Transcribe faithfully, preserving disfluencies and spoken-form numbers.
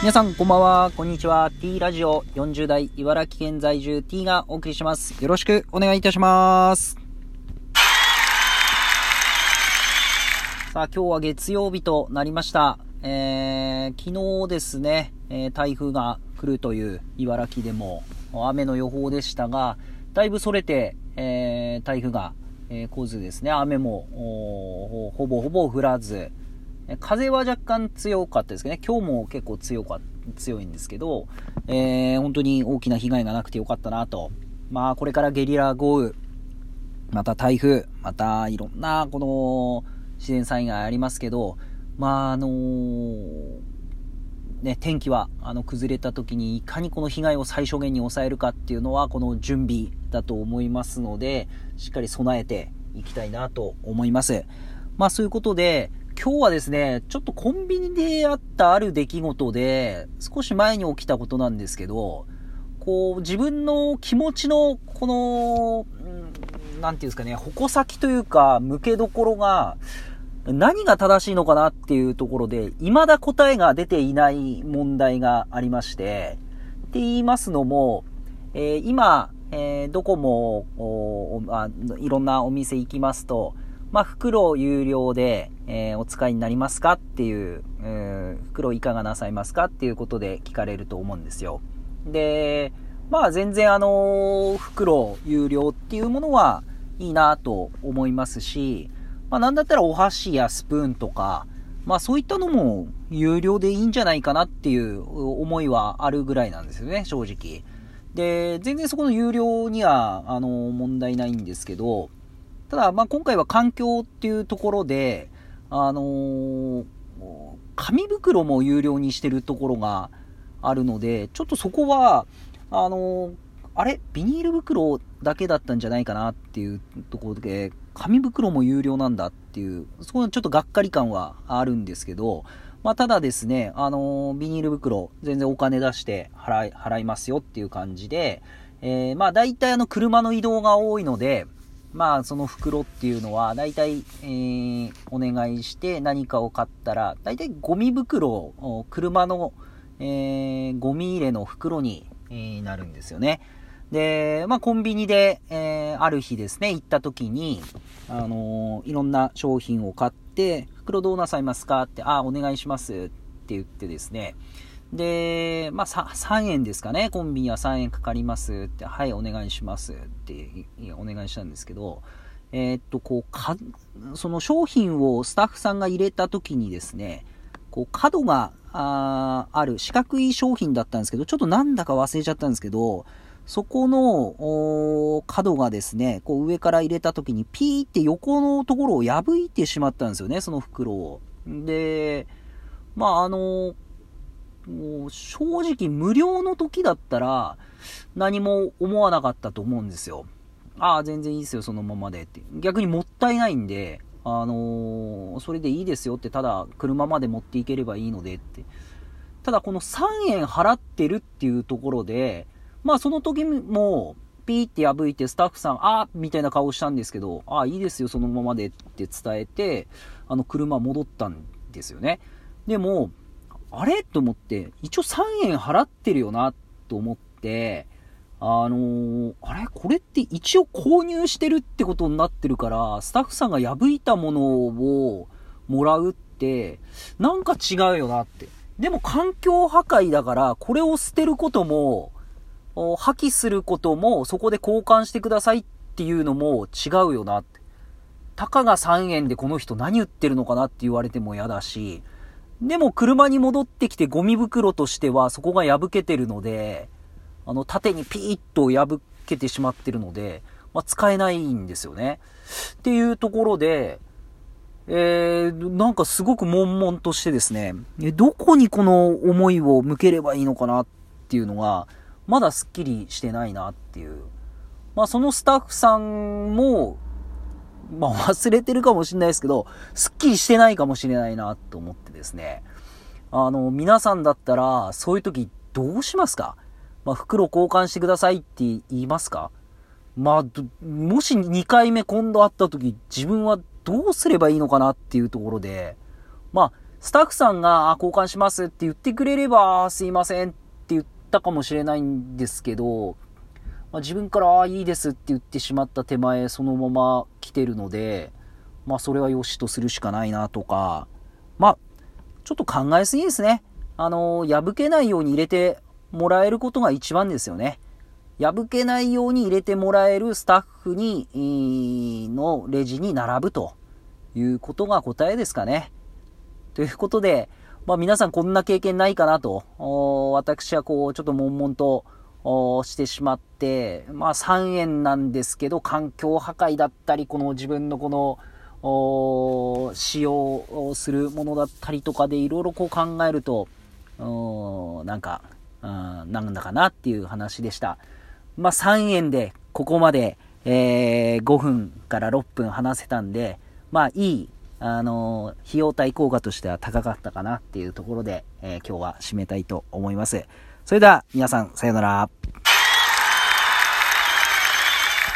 皆さんこんばんは、こんにちは。 T ラジオよんじゅう代茨城県在住 T がお送りします。よろしくお願いいたします。さあ、今日は月曜日となりました。えー、昨日ですね、えー、台風が来るという茨城でも雨の予報でしたが、だいぶそれて、えー、台風が、えー、来ずですね、雨もほぼほぼ降らず、風は若干強かったですけどね、今日も結構強か強いんですけど、えー、本当に大きな被害がなくてよかったなと。まあこれからゲリラ豪雨、また台風、またいろんなこの自然災害ありますけど、まああのー、ね、天気はあの崩れた時にいかにこの被害を最小限に抑えるかっていうのはこの準備だと思いますので、しっかり備えていきたいなと思います。まあそういうことで、今日はですね、ちょっとコンビニであったある出来事で、少し前に起きたことなんですけど、こう、自分の気持ちの、この、うん、なんていうんですかね、矛先というか、向けどころが、何が正しいのかなっていうところで、未だ答えが出ていない問題がありまして、って言いますのも、えー、今、えー、どこもおあ、いろんなお店行きますと、まあ、袋有料で、えー、お使いになりますかっていう、えー、袋いかがなさいますかっていうことで聞かれると思うんですよ。で、まあ全然あの、袋有料っていうものはいいなと思いますし、まあなんだったらお箸やスプーンとか、まあそういったのも有料でいいんじゃないかなっていう思いはあるぐらいなんですよね、正直。で、全然そこの有料には、あの、問題ないんですけど、ただ、まあ、今回は環境っていうところで、あのー、紙袋も有料にしてるところがあるので、ちょっとそこは、あのー、あれビニール袋だけだったんじゃないかなっていうところで、紙袋も有料なんだっていう、そこのちょっとがっかり感はあるんですけど、まあ、ただですね、あのー、ビニール袋、全然お金出して払い、払いますよっていう感じで、えー、まあ、大体あの、車の移動が多いので、まあその袋っていうのはだいたい、えー、お願いして何かを買ったらだいたいゴミ袋を車の、えー、ゴミ入れの袋に、えー、なるんですよね。で、まあコンビニで、えー、ある日ですね行った時に、あのー、いろんな商品を買って袋どうなさいますかって、あ、お願いしますって言ってですね、で、まあ、さんえんですかね。コンビニはさんえんかかりますって、はい、お願いしますってお願いしたんですけど、えー、っと、こう、か、その商品をスタッフさんが入れた時にですね、こう、角が、あ、ある四角い商品だったんですけど、ちょっとなんだか忘れちゃったんですけど、そこの、角がですね、こう上から入れた時にピーって横のところを破いてしまったんですよね、その袋を。で、まあ、あの、もう正直無料の時だったら何も思わなかったと思うんですよ。ああ、全然いいですよ、そのままでって。逆にもったいないんで、あのー、それでいいですよって、ただ車まで持っていければいいのでって。ただこのさんえん払ってるっていうところで、まあその時もピーって破いてスタッフさん、あーみたいな顔したんですけど、ああ、いいですよ、そのままでって伝えて、あの車戻ったんですよね。でも、あれと思って、一応さんえん払ってるよなと思って、あのー、あれこれって一応購入してるってことになってるから、スタッフさんが破いたものをもらうって、なんか違うよなって。でも環境破壊だから、これを捨てることも、破棄することも、そこで交換してくださいっていうのも違うよなって。たかがさんえんでこの人何言ってるのかなって言われても嫌だし、でも車に戻ってきてゴミ袋としてはそこが破けてるので、あの縦にピーッと破けてしまってるので、まあ、使えないんですよね。っていうところで、えー、なんかすごく悶々としてですね、どこにこの思いを向ければいいのかなっていうのが、まだすっきりしてないなっていう。まあそのスタッフさんも、まあ忘れてるかもしれないですけど、すっきりしてないかもしれないなと思ってですね。あの、皆さんだったら、そういう時どうしますか？まあ袋交換してくださいって言いますか？まあ、もしにかいめ今度会った時、自分はどうすればいいのかなっていうところで、まあ、 スタッフさんが、あ、交換しますって言ってくれれば、すいませんって言ったかもしれないんですけど、まあ、自分から、あ、いいですって言ってしまった手前、そのまま来てるので、まあ、それは良しとするしかないなとか、まあ、ちょっと考えすぎですね。あの、破けないように入れてもらえることが一番ですよね。破けないように入れてもらえるスタッフに、のレジに並ぶということが答えですかね。ということで、まあ皆さんこんな経験ないかなと、私はこうちょっと悶々としてしまって、まあさんえんなんですけど、環境破壊だったり、この自分のこの使用するものだったりとかでいろいろこう考えると、なんか、なんだかなっていう話でした。まあさんえんでここまで、えー、ごふんからろっぷん話せたんで、まあいい、あのー、費用対効果としては高かったかなっていうところで、えー、今日は締めたいと思います。それでは皆さんさようなら。